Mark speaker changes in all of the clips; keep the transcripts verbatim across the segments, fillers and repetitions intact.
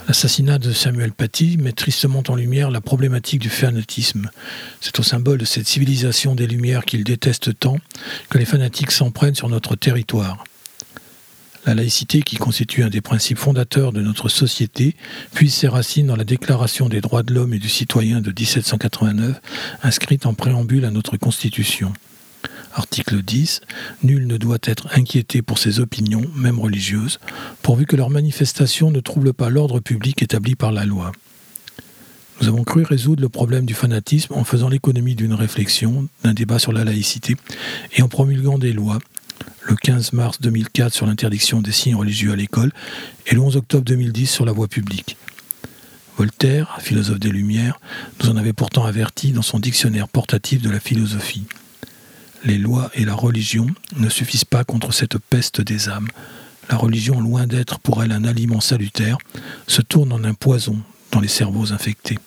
Speaker 1: L'assassinat de Samuel Paty met tristement en lumière la problématique du fanatisme. C'est au symbole de cette civilisation des Lumières qu'il déteste tant que les fanatiques s'en prennent sur notre territoire. La laïcité, qui constitue un des principes fondateurs de notre société, puise ses racines dans la Déclaration des droits de l'homme et du citoyen de dix-sept cent quatre-vingt-neuf, inscrite en préambule à notre Constitution. Article dix. Nul ne doit être inquiété pour ses opinions, même religieuses, pourvu que leurs manifestations ne troublent pas l'ordre public établi par la loi. Nous avons cru résoudre le problème du fanatisme en faisant l'économie d'une réflexion, d'un débat sur la laïcité et en promulguant des lois, le quinze mars deux mille quatre sur l'interdiction des signes religieux à l'école et le onze octobre deux mille dix sur la voie publique. Voltaire, philosophe des Lumières, nous en avait pourtant averti dans son dictionnaire portatif de la philosophie. Les lois et la religion ne suffisent pas contre cette peste des âmes. La religion, loin d'être pour elle un aliment salutaire, se tourne en un poison dans les cerveaux infectés.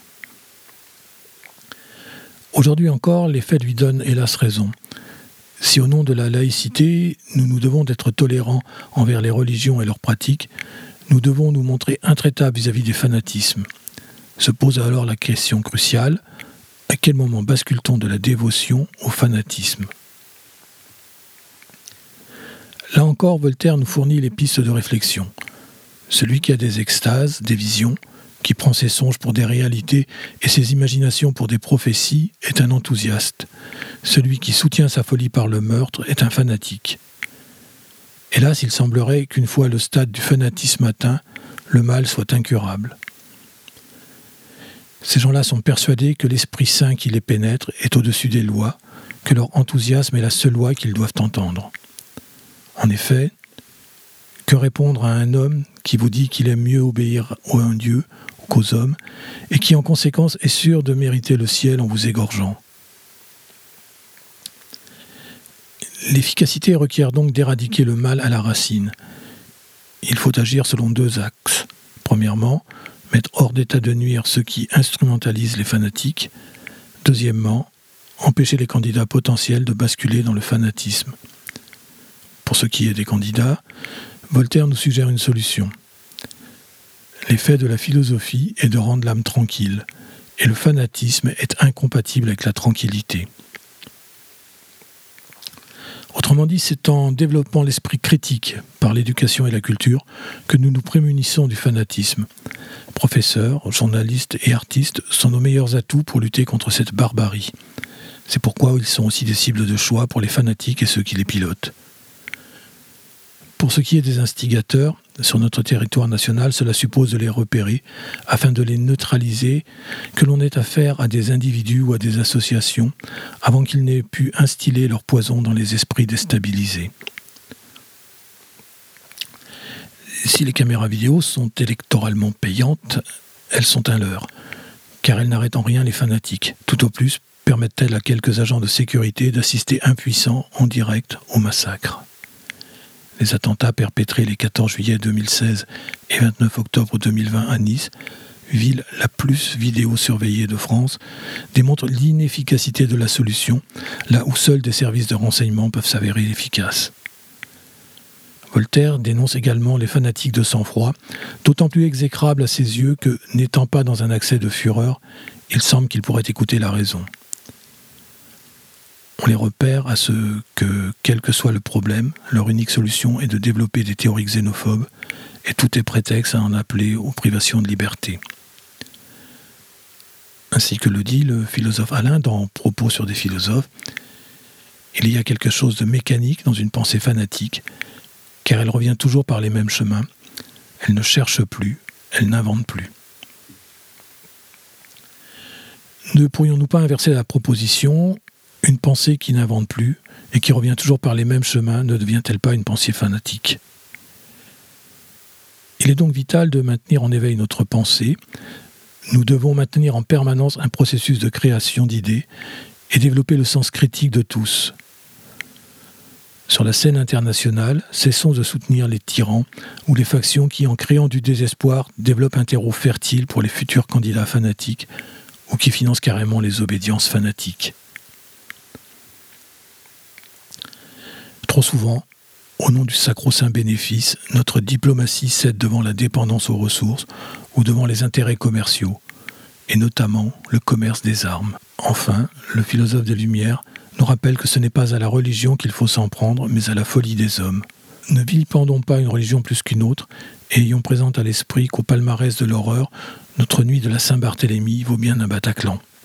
Speaker 1: Aujourd'hui encore, les faits lui donnent hélas raison. Si au nom de la laïcité, nous nous devons d'être tolérants envers les religions et leurs pratiques, nous devons nous montrer intraitables vis-à-vis des fanatismes. Se pose alors la question cruciale, à quel moment bascule-t-on de la dévotion au fanatisme ? Là encore, Voltaire nous fournit les pistes de réflexion. Celui qui a des extases, des visions, qui prend ses songes pour des réalités et ses imaginations pour des prophéties, est un enthousiaste. Celui qui soutient sa folie par le meurtre est un fanatique. Hélas, il semblerait qu'une fois le stade du fanatisme atteint, le mal soit incurable. Ces gens-là sont persuadés que l'Esprit Saint qui les pénètre est au-dessus des lois, que leur enthousiasme est la seule loi qu'ils doivent entendre. En effet, que répondre à un homme qui vous dit qu'il aime mieux obéir à un Dieu qu'aux hommes, et qui en conséquence est sûr de mériter le ciel en vous égorgeant? L'efficacité requiert donc d'éradiquer le mal à la racine. Il faut agir selon deux axes. Premièrement, mettre hors d'état de nuire ceux qui instrumentalisent les fanatiques. Deuxièmement, empêcher les candidats potentiels de basculer dans le fanatisme. Pour ce qui est des candidats, Voltaire nous suggère une solution. L'effet de la philosophie est de rendre l'âme tranquille, et le fanatisme est incompatible avec la tranquillité. Autrement dit, c'est en développant l'esprit critique par l'éducation et la culture que nous nous prémunissons du fanatisme. Professeurs, journalistes et artistes sont nos meilleurs atouts pour lutter contre cette barbarie. C'est pourquoi ils sont aussi des cibles de choix pour les fanatiques et ceux qui les pilotent. Pour ce qui est des instigateurs, sur notre territoire national, cela suppose de les repérer afin de les neutraliser, que l'on ait affaire à des individus ou à des associations avant qu'ils n'aient pu instiller leur poison dans les esprits déstabilisés. Si les caméras vidéo sont électoralement payantes, elles sont un leurre, car elles n'arrêtent en rien les fanatiques. Tout au plus permettent-elles à quelques agents de sécurité d'assister impuissants en direct au massacre. Les attentats perpétrés les quatorze juillet deux mille seize et vingt-neuf octobre deux mille vingt à Nice, ville la plus vidéo-surveillée de France, démontrent l'inefficacité de la solution, là où seuls des services de renseignement peuvent s'avérer efficaces. Voltaire dénonce également les fanatiques de sang-froid, d'autant plus exécrables à ses yeux que, n'étant pas dans un accès de fureur, il semble qu'il pourrait écouter la raison. On les repère à ce que, quel que soit le problème, leur unique solution est de développer des théories xénophobes, et tout est prétexte à en appeler aux privations de liberté. Ainsi que le dit le philosophe Alain dans Propos sur des philosophes, il y a quelque chose de mécanique dans une pensée fanatique, car elle revient toujours par les mêmes chemins, elle ne cherche plus, elle n'invente plus. Ne pourrions-nous pas inverser la proposition ? Une pensée qui n'invente plus et qui revient toujours par les mêmes chemins ne devient-elle pas une pensée fanatique ? Il est donc vital de maintenir en éveil notre pensée. Nous devons maintenir en permanence un processus de création d'idées et développer le sens critique de tous. Sur la scène internationale, cessons de soutenir les tyrans ou les factions qui, en créant du désespoir, développent un terreau fertile pour les futurs candidats fanatiques ou qui financent carrément les obédiences fanatiques. Trop souvent, Au nom du sacro-saint bénéfice, notre diplomatie cède devant la dépendance aux ressources ou devant les intérêts commerciaux, et notamment le commerce des armes. Enfin, le philosophe des Lumières nous rappelle que ce n'est pas à la religion qu'il faut s'en prendre, mais à la folie des hommes. Ne vilipendons pas une religion plus qu'une autre, et ayons présent à l'esprit qu'au palmarès de l'horreur, notre nuit de la Saint-Barthélemy vaut bien un Bataclan.